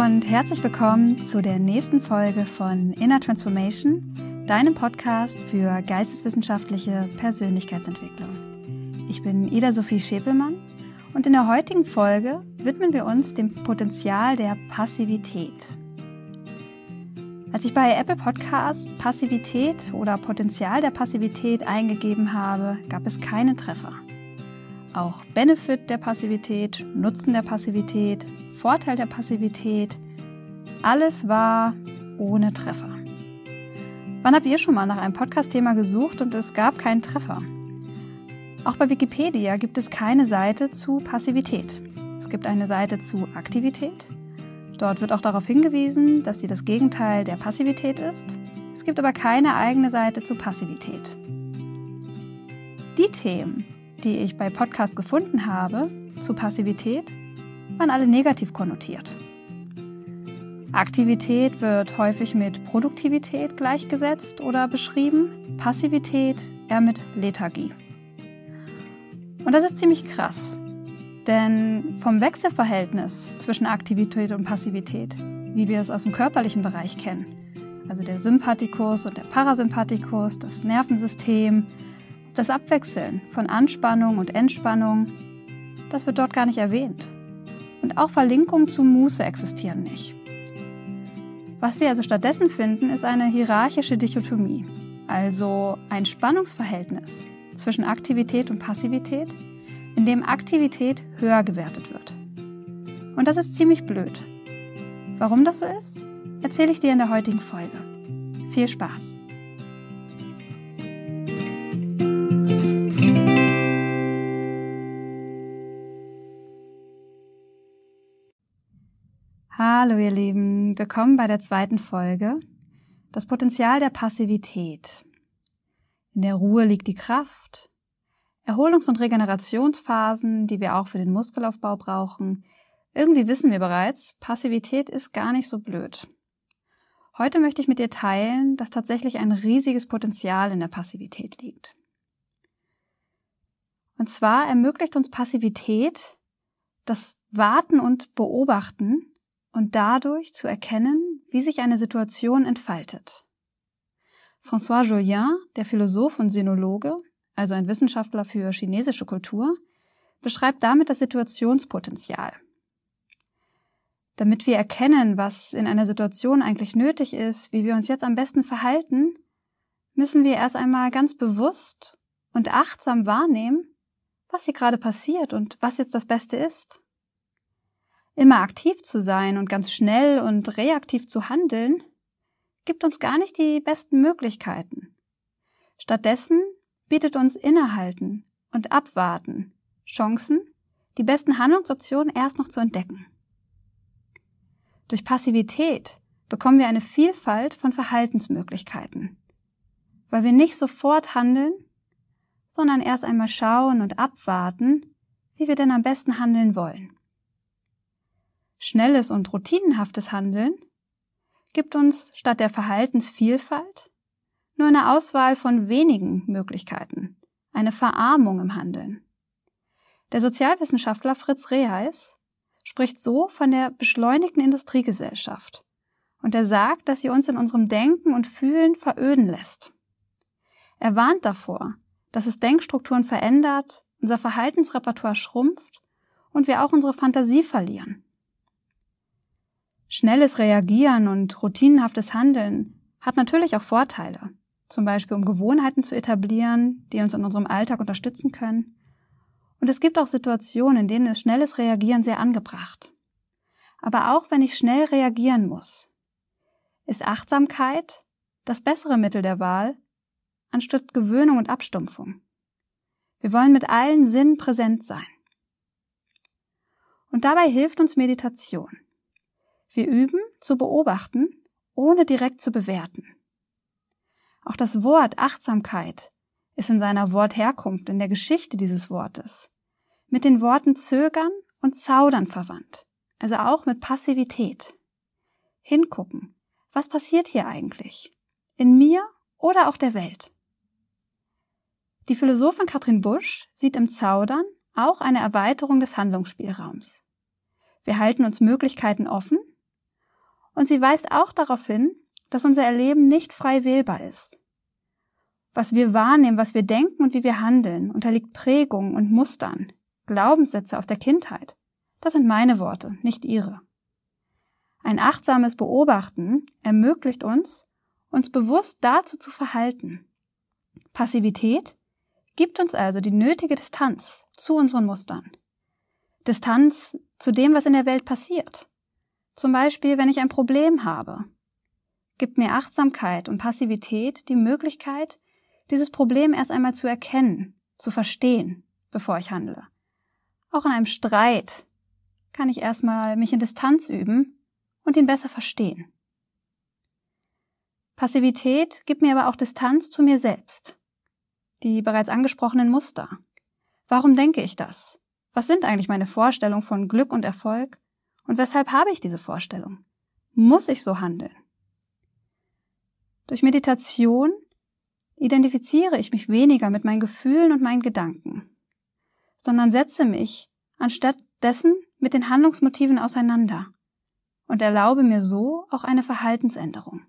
und herzlich willkommen zu der nächsten Folge von Inner Transformation, deinem Podcast für geisteswissenschaftliche Persönlichkeitsentwicklung. Ich bin Ida-Sophie Schepelmann und in der heutigen Folge widmen wir uns dem Potenzial der Passivität. Als ich bei Apple Podcasts Passivität oder Potenzial der Passivität eingegeben habe, gab es keine Treffer. Auch Benefit der Passivität, Nutzen der Passivität, Vorteil der Passivität, alles war ohne Treffer. Wann habt ihr schon mal nach einem Podcast-Thema gesucht und es gab keinen Treffer? Auch bei Wikipedia gibt es keine Seite zu Passivität. Es gibt eine Seite zu Aktivität. Dort wird auch darauf hingewiesen, dass sie das Gegenteil der Passivität ist. Es gibt aber keine eigene Seite zu Passivität. Die Themen, die ich bei Podcast gefunden habe zu Passivität, waren alle negativ konnotiert. Aktivität wird häufig mit Produktivität gleichgesetzt oder beschrieben, Passivität eher mit Lethargie. Und das ist ziemlich krass, denn vom Wechselverhältnis zwischen Aktivität und Passivität, wie wir es aus dem körperlichen Bereich kennen, also der Sympathikus und der Parasympathikus, das Nervensystem, das Abwechseln von Anspannung und Entspannung, das wird dort gar nicht erwähnt. Und auch Verlinkungen zu Muße existieren nicht. Was wir also stattdessen finden, ist eine hierarchische Dichotomie, also ein Spannungsverhältnis zwischen Aktivität und Passivität, in dem Aktivität höher gewertet wird. Und das ist ziemlich blöd. Warum das so ist, erzähle ich dir in der heutigen Folge. Viel Spaß! Hallo ihr Lieben, willkommen bei der zweiten Folge. Das Potenzial der Passivität. In der Ruhe liegt die Kraft. Erholungs- und Regenerationsphasen, die wir auch für den Muskelaufbau brauchen. Irgendwie wissen wir bereits, Passivität ist gar nicht so blöd. Heute möchte ich mit dir teilen, dass tatsächlich ein riesiges Potenzial in der Passivität liegt. Und zwar ermöglicht uns Passivität das Warten und Beobachten und dadurch zu erkennen, wie sich eine Situation entfaltet. François Jullien, der Philosoph und Sinologe, also ein Wissenschaftler für chinesische Kultur, beschreibt damit das Situationspotenzial. Damit wir erkennen, was in einer Situation eigentlich nötig ist, wie wir uns jetzt am besten verhalten, müssen wir erst einmal ganz bewusst und achtsam wahrnehmen, was hier gerade passiert und was jetzt das Beste ist. Immer aktiv zu sein und ganz schnell und reaktiv zu handeln, gibt uns gar nicht die besten Möglichkeiten. Stattdessen bietet uns Innehalten und Abwarten Chancen, die besten Handlungsoptionen erst noch zu entdecken. Durch Passivität bekommen wir eine Vielfalt von Verhaltensmöglichkeiten, weil wir nicht sofort handeln, sondern erst einmal schauen und abwarten, wie wir denn am besten handeln wollen. Schnelles und routinenhaftes Handeln gibt uns statt der Verhaltensvielfalt nur eine Auswahl von wenigen Möglichkeiten, eine Verarmung im Handeln. Der Sozialwissenschaftler Fritz Reheis spricht so von der beschleunigten Industriegesellschaft und er sagt, dass sie uns in unserem Denken und Fühlen veröden lässt. Er warnt davor, dass es Denkstrukturen verändert, unser Verhaltensrepertoire schrumpft und wir auch unsere Fantasie verlieren. Schnelles Reagieren und routinenhaftes Handeln hat natürlich auch Vorteile, zum Beispiel um Gewohnheiten zu etablieren, die uns in unserem Alltag unterstützen können. Und es gibt auch Situationen, in denen ist schnelles Reagieren sehr angebracht. Aber auch wenn ich schnell reagieren muss, ist Achtsamkeit das bessere Mittel der Wahl, anstatt Gewöhnung und Abstumpfung. Wir wollen mit allen Sinnen präsent sein. Und dabei hilft uns Meditation. Wir üben, zu beobachten, ohne direkt zu bewerten. Auch das Wort Achtsamkeit ist in seiner Wortherkunft, in der Geschichte dieses Wortes, mit den Worten zögern und zaudern verwandt, also auch mit Passivität. Hingucken, was passiert hier eigentlich? In mir oder auch der Welt? Die Philosophin Katrin Busch sieht im Zaudern auch eine Erweiterung des Handlungsspielraums. Wir halten uns Möglichkeiten offen Und sie weist auch darauf hin, dass unser Erleben nicht frei wählbar ist. Was wir wahrnehmen, was wir denken und wie wir handeln, unterliegt Prägungen und Mustern, Glaubenssätze aus der Kindheit. Das sind meine Worte, nicht ihre. Ein achtsames Beobachten ermöglicht uns bewusst dazu zu verhalten. Passivität gibt uns also die nötige Distanz zu unseren Mustern. Distanz zu dem, was in der Welt passiert. Zum Beispiel, wenn ich ein Problem habe, gibt mir Achtsamkeit und Passivität die Möglichkeit, dieses Problem erst einmal zu erkennen, zu verstehen, bevor ich handle. Auch in einem Streit kann ich erstmal mich in Distanz üben und ihn besser verstehen. Passivität gibt mir aber auch Distanz zu mir selbst. Die bereits angesprochenen Muster. Warum denke ich das? Was sind eigentlich meine Vorstellungen von Glück und Erfolg? Und weshalb habe ich diese Vorstellung? Muss ich so handeln? Durch Meditation identifiziere ich mich weniger mit meinen Gefühlen und meinen Gedanken, sondern setze mich anstatt dessen mit den Handlungsmotiven auseinander und erlaube mir so auch eine Verhaltensänderung.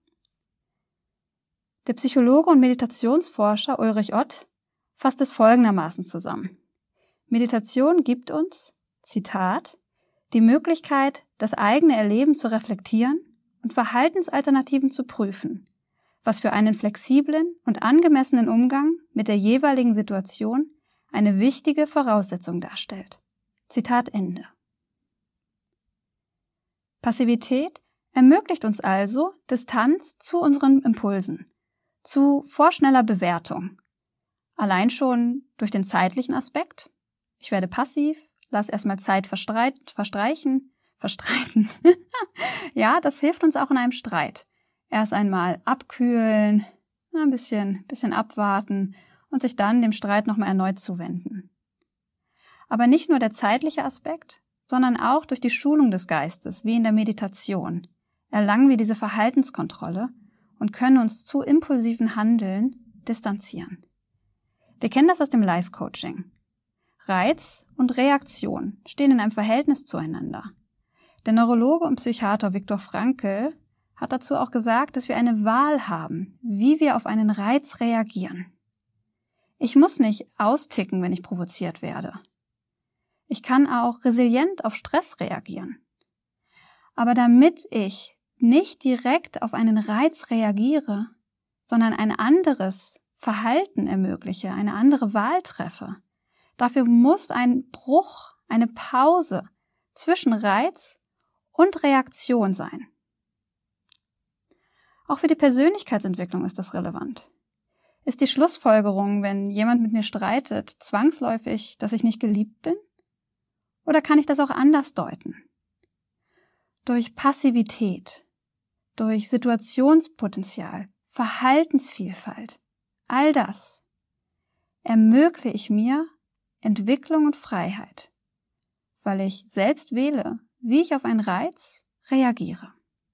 Der Psychologe und Meditationsforscher Ulrich Ott fasst es folgendermaßen zusammen. Meditation gibt uns, Zitat, die Möglichkeit, das eigene Erleben zu reflektieren und Verhaltensalternativen zu prüfen, was für einen flexiblen und angemessenen Umgang mit der jeweiligen Situation eine wichtige Voraussetzung darstellt. Zitat Ende. Passivität ermöglicht uns also Distanz zu unseren Impulsen, zu vorschneller Bewertung. Allein schon durch den zeitlichen Aspekt. Ich werde passiv, lass erstmal Zeit verstreiten. Ja, das hilft uns auch in einem Streit. Erst einmal abkühlen, ein bisschen abwarten und sich dann dem Streit nochmal erneut zuwenden. Aber nicht nur der zeitliche Aspekt, sondern auch durch die Schulung des Geistes, wie in der Meditation, erlangen wir diese Verhaltenskontrolle und können uns zu impulsiven Handeln distanzieren. Wir kennen das aus dem Life-Coaching. Reiz und Reaktion stehen in einem Verhältnis zueinander. Der Neurologe und Psychiater Viktor Frankl hat dazu auch gesagt, dass wir eine Wahl haben, wie wir auf einen Reiz reagieren. Ich muss nicht austicken, wenn ich provoziert werde. Ich kann auch resilient auf Stress reagieren. Aber damit ich nicht direkt auf einen Reiz reagiere, sondern ein anderes Verhalten ermögliche, eine andere Wahl treffe, dafür muss ein Bruch, eine Pause zwischen Reiz und Reaktion sein. Auch für die Persönlichkeitsentwicklung ist das relevant. Ist die Schlussfolgerung, wenn jemand mit mir streitet, zwangsläufig, dass ich nicht geliebt bin? Oder kann ich das auch anders deuten? Durch Passivität, durch Situationspotenzial, Verhaltensvielfalt, all das ermögliche ich mir Entwicklung und Freiheit, weil ich selbst wähle, wie ich auf einen Reiz reagiere.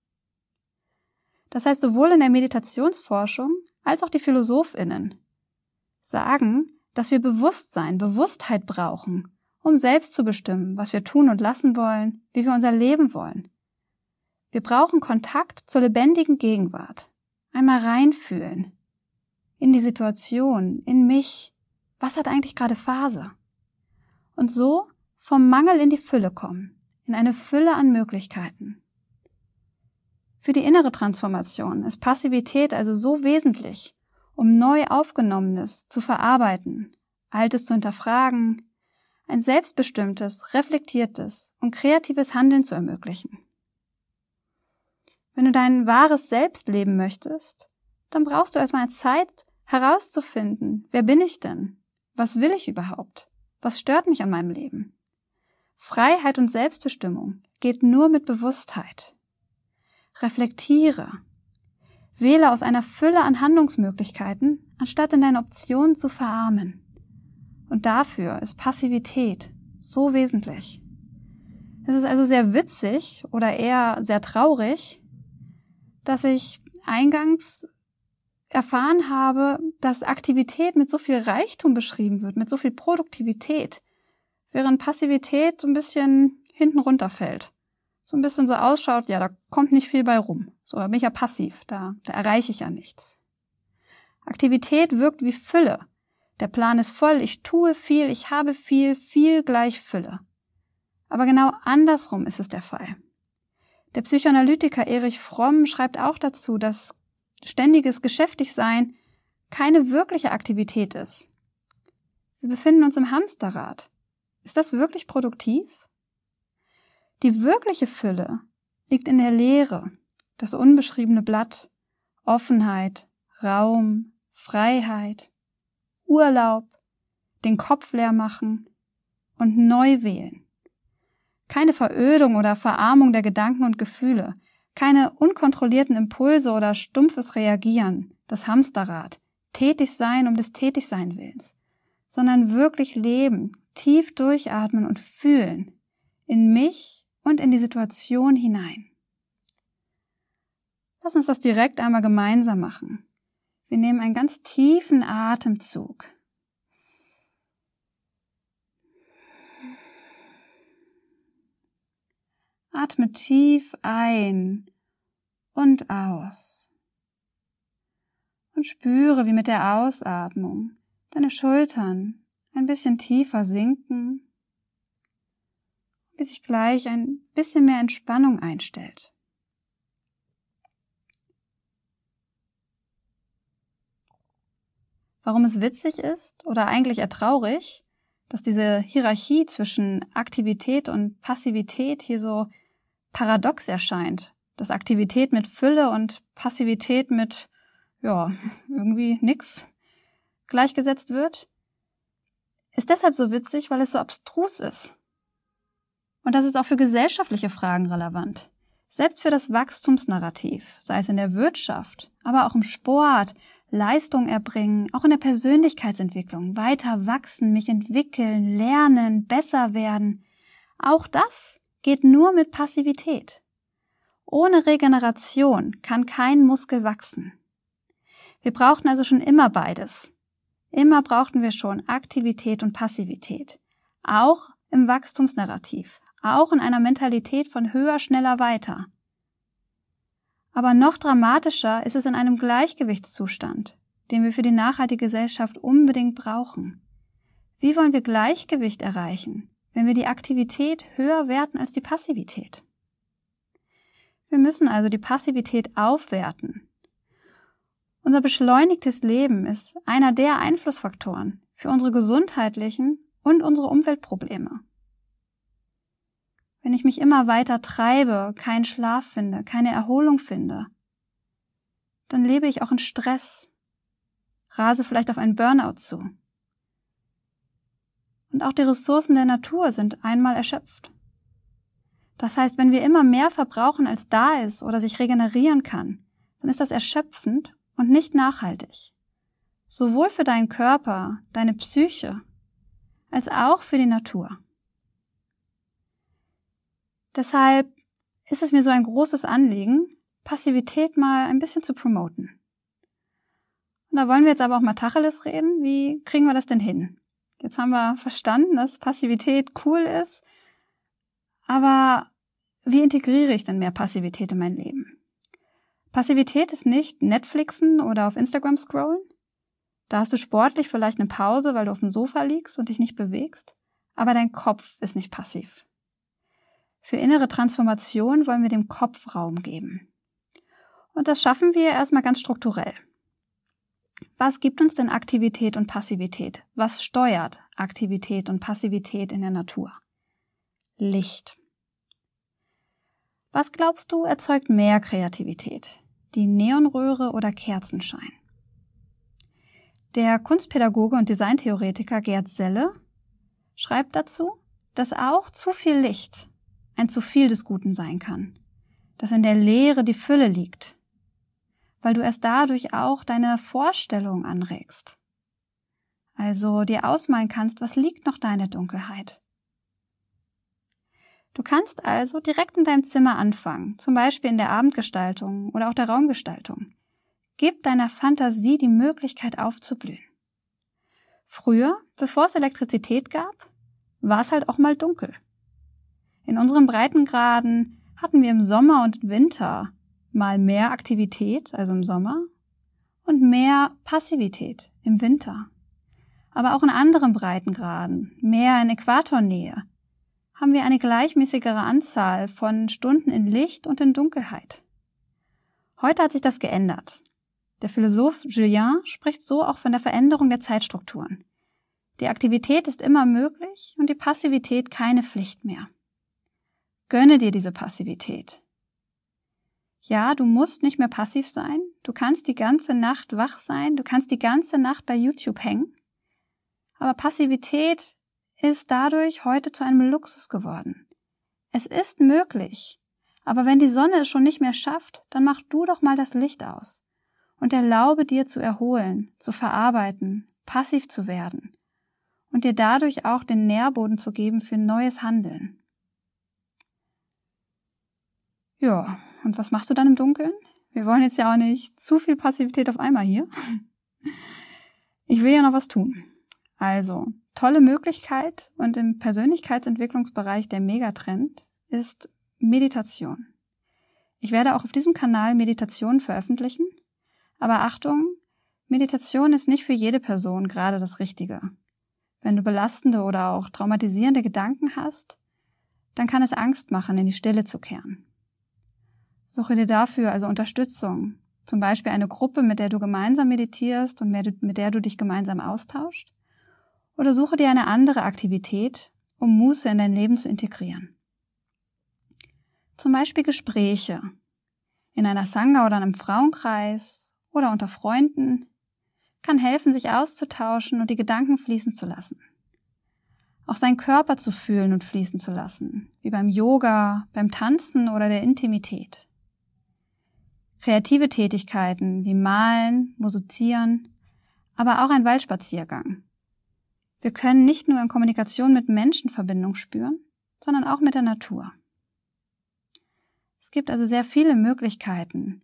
Das heißt, sowohl in der Meditationsforschung als auch die PhilosophInnen sagen, dass wir Bewusstheit brauchen, um selbst zu bestimmen, was wir tun und lassen wollen, wie wir unser Leben wollen. Wir brauchen Kontakt zur lebendigen Gegenwart. Einmal reinfühlen. In die Situation, in mich. Was hat eigentlich gerade Phase? Und so vom Mangel in die Fülle kommen. In eine Fülle an Möglichkeiten. Für die innere Transformation ist Passivität also so wesentlich, um neu Aufgenommenes zu verarbeiten, Altes zu hinterfragen, ein selbstbestimmtes, reflektiertes und kreatives Handeln zu ermöglichen. Wenn du dein wahres Selbst leben möchtest, dann brauchst du erstmal Zeit herauszufinden, wer bin ich denn? Was will ich überhaupt? Was stört mich an meinem Leben? Freiheit und Selbstbestimmung geht nur mit Bewusstheit. Reflektiere. Wähle aus einer Fülle an Handlungsmöglichkeiten, anstatt in deine Optionen zu verarmen. Und dafür ist Passivität so wesentlich. Es ist also sehr witzig oder eher sehr traurig, dass ich eingangs erfahren habe, dass Aktivität mit so viel Reichtum beschrieben wird, mit so viel Produktivität, während Passivität so ein bisschen hinten runterfällt. so ein bisschen so ausschaut, ja, da kommt nicht viel bei rum. So, da bin ich ja passiv, da erreiche ich ja nichts. Aktivität wirkt wie Fülle. Der Plan ist voll, ich tue viel, ich habe viel, viel gleich Fülle. Aber genau andersrum ist es der Fall. Der Psychoanalytiker Erich Fromm schreibt auch dazu, dass ständiges Geschäftigsein keine wirkliche Aktivität ist. Wir befinden uns im Hamsterrad. Ist das wirklich produktiv? Die wirkliche Fülle liegt in der Leere, das unbeschriebene Blatt, Offenheit, Raum, Freiheit, Urlaub, den Kopf leer machen und neu wählen. Keine Verödung oder Verarmung der Gedanken und Gefühle, keine unkontrollierten Impulse oder stumpfes Reagieren, das Hamsterrad, tätig sein um des Tätigsein willens, sondern wirklich leben, tief durchatmen und fühlen, in mich und in die Situation hinein. Lass uns das direkt einmal gemeinsam machen. Wir nehmen einen ganz tiefen Atemzug. Atme tief ein und aus. Und spüre, wie mit der Ausatmung deine Schultern ein bisschen tiefer sinken, bis sich gleich ein bisschen mehr Entspannung einstellt. Warum es witzig ist oder eigentlich eher traurig, dass diese Hierarchie zwischen Aktivität und Passivität hier so paradox erscheint, dass Aktivität mit Fülle und Passivität mit, irgendwie nix gleichgesetzt wird, ist deshalb so witzig, weil es so abstrus ist. Und das ist auch für gesellschaftliche Fragen relevant. Selbst für das Wachstumsnarrativ, sei es in der Wirtschaft, aber auch im Sport, Leistung erbringen, auch in der Persönlichkeitsentwicklung, weiter wachsen, mich entwickeln, lernen, besser werden. Auch das geht nur mit Passivität. Ohne Regeneration kann kein Muskel wachsen. Wir brauchten also schon immer beides. Immer brauchten wir schon Aktivität und Passivität. Auch im Wachstumsnarrativ, auch in einer Mentalität von höher, schneller, weiter. Aber noch dramatischer ist es in einem Gleichgewichtszustand, den wir für die nachhaltige Gesellschaft unbedingt brauchen. Wie wollen wir Gleichgewicht erreichen, wenn wir die Aktivität höher werten als die Passivität? Wir müssen also die Passivität aufwerten. Unser beschleunigtes Leben ist einer der Einflussfaktoren für unsere gesundheitlichen und unsere Umweltprobleme. Wenn ich mich immer weiter treibe, keinen Schlaf finde, keine Erholung finde, dann lebe ich auch in Stress, rase vielleicht auf einen Burnout zu. Und auch die Ressourcen der Natur sind einmal erschöpft. Das heißt, wenn wir immer mehr verbrauchen, als da ist oder sich regenerieren kann, dann ist das erschöpfend und nicht nachhaltig. Sowohl für deinen Körper, deine Psyche, als auch für die Natur. Deshalb ist es mir so ein großes Anliegen, Passivität mal ein bisschen zu promoten. Und da wollen wir jetzt aber auch mal Tacheles reden. Wie kriegen wir das denn hin? Jetzt haben wir verstanden, dass Passivität cool ist, aber wie integriere ich denn mehr Passivität in mein Leben? Passivität ist nicht Netflixen oder auf Instagram scrollen. Da hast du sportlich vielleicht eine Pause, weil du auf dem Sofa liegst und dich nicht bewegst, aber dein Kopf ist nicht passiv. Für innere Transformation wollen wir dem Kopf Raum geben. Und das schaffen wir erstmal ganz strukturell. Was gibt uns denn Aktivität und Passivität? Was steuert Aktivität und Passivität in der Natur? Licht. Was glaubst du erzeugt mehr Kreativität? Die Neonröhre oder Kerzenschein? Der Kunstpädagoge und Designtheoretiker Gerd Selle schreibt dazu, dass auch zu viel Licht ein zu viel des Guten sein kann, dass in der Leere die Fülle liegt, weil du erst dadurch auch deine Vorstellung anregst. Also dir ausmalen kannst, was liegt noch da in der Dunkelheit. Du kannst also direkt in deinem Zimmer anfangen, zum Beispiel in der Abendgestaltung oder auch der Raumgestaltung. Gib deiner Fantasie die Möglichkeit aufzublühen. Früher, bevor es Elektrizität gab, war es halt auch mal dunkel. In unseren Breitengraden hatten wir im Sommer und im Winter mal mehr Aktivität, also im Sommer, und mehr Passivität im Winter. Aber auch in anderen Breitengraden, mehr in Äquatornähe, haben wir eine gleichmäßigere Anzahl von Stunden in Licht und in Dunkelheit. Heute hat sich das geändert. Der Philosoph Julien spricht so auch von der Veränderung der Zeitstrukturen. Die Aktivität ist immer möglich und die Passivität keine Pflicht mehr. Gönne dir diese Passivität. Ja, du musst nicht mehr passiv sein, du kannst die ganze Nacht wach sein, du kannst die ganze Nacht bei YouTube hängen, aber Passivität ist dadurch heute zu einem Luxus geworden. Es ist möglich, aber wenn die Sonne es schon nicht mehr schafft, dann mach du doch mal das Licht aus und erlaube dir zu erholen, zu verarbeiten, passiv zu werden und dir dadurch auch den Nährboden zu geben für neues Handeln. Ja, und was machst du dann im Dunkeln? Wir wollen jetzt ja auch nicht zu viel Passivität auf einmal hier. Ich will ja noch was tun. Also, tolle Möglichkeit und im Persönlichkeitsentwicklungsbereich der Megatrend ist Meditation. Ich werde auch auf diesem Kanal Meditationen veröffentlichen, aber Achtung, Meditation ist nicht für jede Person gerade das Richtige. Wenn du belastende oder auch traumatisierende Gedanken hast, dann kann es Angst machen, in die Stille zu kehren. Suche dir dafür also Unterstützung, zum Beispiel eine Gruppe, mit der du gemeinsam meditierst und mit der du dich gemeinsam austauscht, oder suche dir eine andere Aktivität, um Muße in dein Leben zu integrieren. Zum Beispiel Gespräche in einer Sangha oder einem Frauenkreis oder unter Freunden kann helfen, sich auszutauschen und die Gedanken fließen zu lassen. Auch seinen Körper zu fühlen und fließen zu lassen, wie beim Yoga, beim Tanzen oder der Intimität. Kreative Tätigkeiten wie Malen, Musizieren, aber auch ein Waldspaziergang. Wir können nicht nur in Kommunikation mit Menschen Verbindung spüren, sondern auch mit der Natur. Es gibt also sehr viele Möglichkeiten,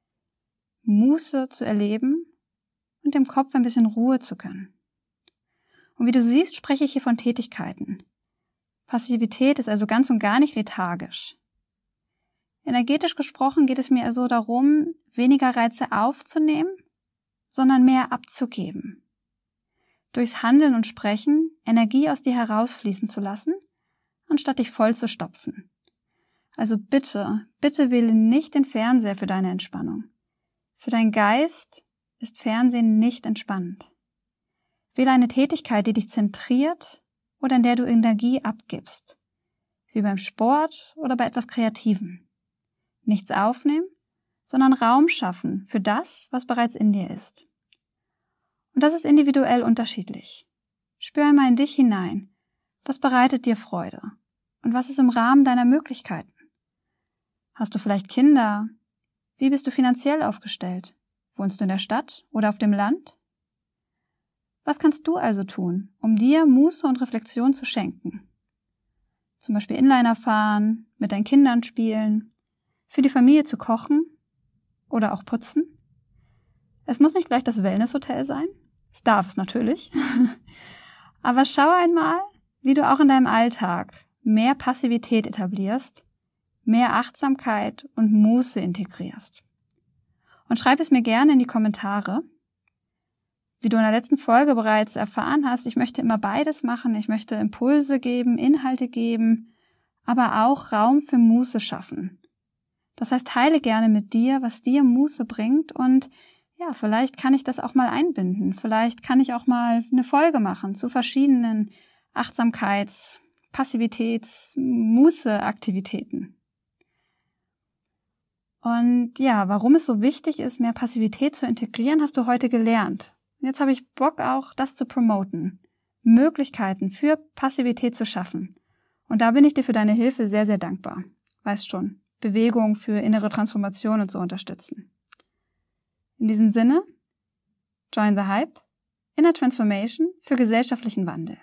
Muße zu erleben und dem Kopf ein bisschen Ruhe zu gönnen. Und wie du siehst, spreche ich hier von Tätigkeiten. Passivität ist also ganz und gar nicht lethargisch. Energetisch gesprochen geht es mir also darum, weniger Reize aufzunehmen, sondern mehr abzugeben. Durchs Handeln und Sprechen Energie aus dir herausfließen zu lassen, anstatt dich voll zu stopfen. Also bitte, bitte wähle nicht den Fernseher für deine Entspannung. Für deinen Geist ist Fernsehen nicht entspannend. Wähle eine Tätigkeit, die dich zentriert oder in der du Energie abgibst, wie beim Sport oder bei etwas Kreativem. Nichts aufnehmen, sondern Raum schaffen für das, was bereits in dir ist. Und das ist individuell unterschiedlich. Spür einmal in dich hinein. Was bereitet dir Freude? Und was ist im Rahmen deiner Möglichkeiten? Hast du vielleicht Kinder? Wie bist du finanziell aufgestellt? Wohnst du in der Stadt oder auf dem Land? Was kannst du also tun, um dir Muße und Reflexion zu schenken? Zum Beispiel Inliner fahren, mit deinen Kindern spielen, für die Familie zu kochen oder auch putzen. Es muss nicht gleich das Wellnesshotel sein. Es darf es natürlich. Aber schau einmal, wie du auch in deinem Alltag mehr Passivität etablierst, mehr Achtsamkeit und Muße integrierst. Und schreib es mir gerne in die Kommentare. Wie du in der letzten Folge bereits erfahren hast, ich möchte immer beides machen. Ich möchte Impulse geben, Inhalte geben, aber auch Raum für Muße schaffen. Das heißt, teile gerne mit dir, was dir Muße bringt und ja, vielleicht kann ich das auch mal einbinden. Vielleicht kann ich auch mal eine Folge machen zu verschiedenen Achtsamkeits-, Passivitäts-, Muße-Aktivitäten. Und ja, warum es so wichtig ist, mehr Passivität zu integrieren, hast du heute gelernt. Und jetzt habe ich Bock auch, das zu promoten. Möglichkeiten für Passivität zu schaffen. Und da bin ich dir für deine Hilfe sehr, sehr dankbar. Weißt schon, Bewegung für innere Transformation und so unterstützen. In diesem Sinne, join the hype, Inner Transformation für gesellschaftlichen Wandel.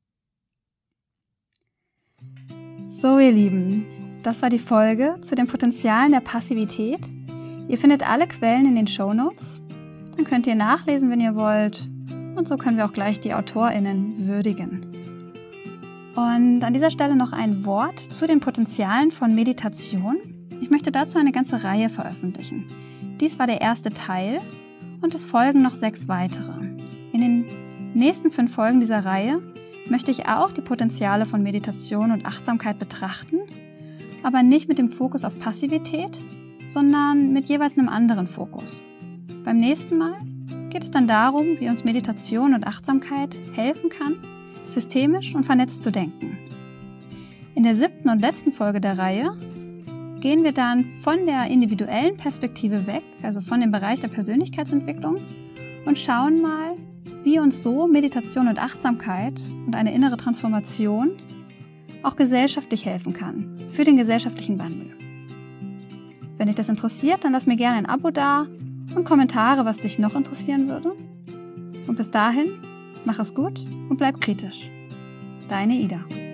So, ihr Lieben, das war die Folge zu den Potenzialen der Passivität. Ihr findet alle Quellen in den Shownotes. Dann könnt ihr nachlesen, wenn ihr wollt. Und so können wir auch gleich die AutorInnen würdigen. Und an dieser Stelle noch ein Wort zu den Potenzialen von Meditation. Ich möchte dazu eine ganze Reihe veröffentlichen. Dies war der erste Teil und es folgen noch 6 weitere. In den nächsten 5 Folgen dieser Reihe möchte ich auch die Potenziale von Meditation und Achtsamkeit betrachten, aber nicht mit dem Fokus auf Passivität, sondern mit jeweils einem anderen Fokus. Beim nächsten Mal geht es dann darum, wie uns Meditation und Achtsamkeit helfen kann, systemisch und vernetzt zu denken. In der 7. und letzten Folge der Reihe gehen wir dann von der individuellen Perspektive weg, also von dem Bereich der Persönlichkeitsentwicklung, und schauen mal, wie uns so Meditation und Achtsamkeit und eine innere Transformation auch gesellschaftlich helfen kann, für den gesellschaftlichen Wandel. Wenn dich das interessiert, dann lass mir gerne ein Abo da und Kommentare, was dich noch interessieren würde. Und bis dahin, mach es gut und bleib kritisch. Deine Ida.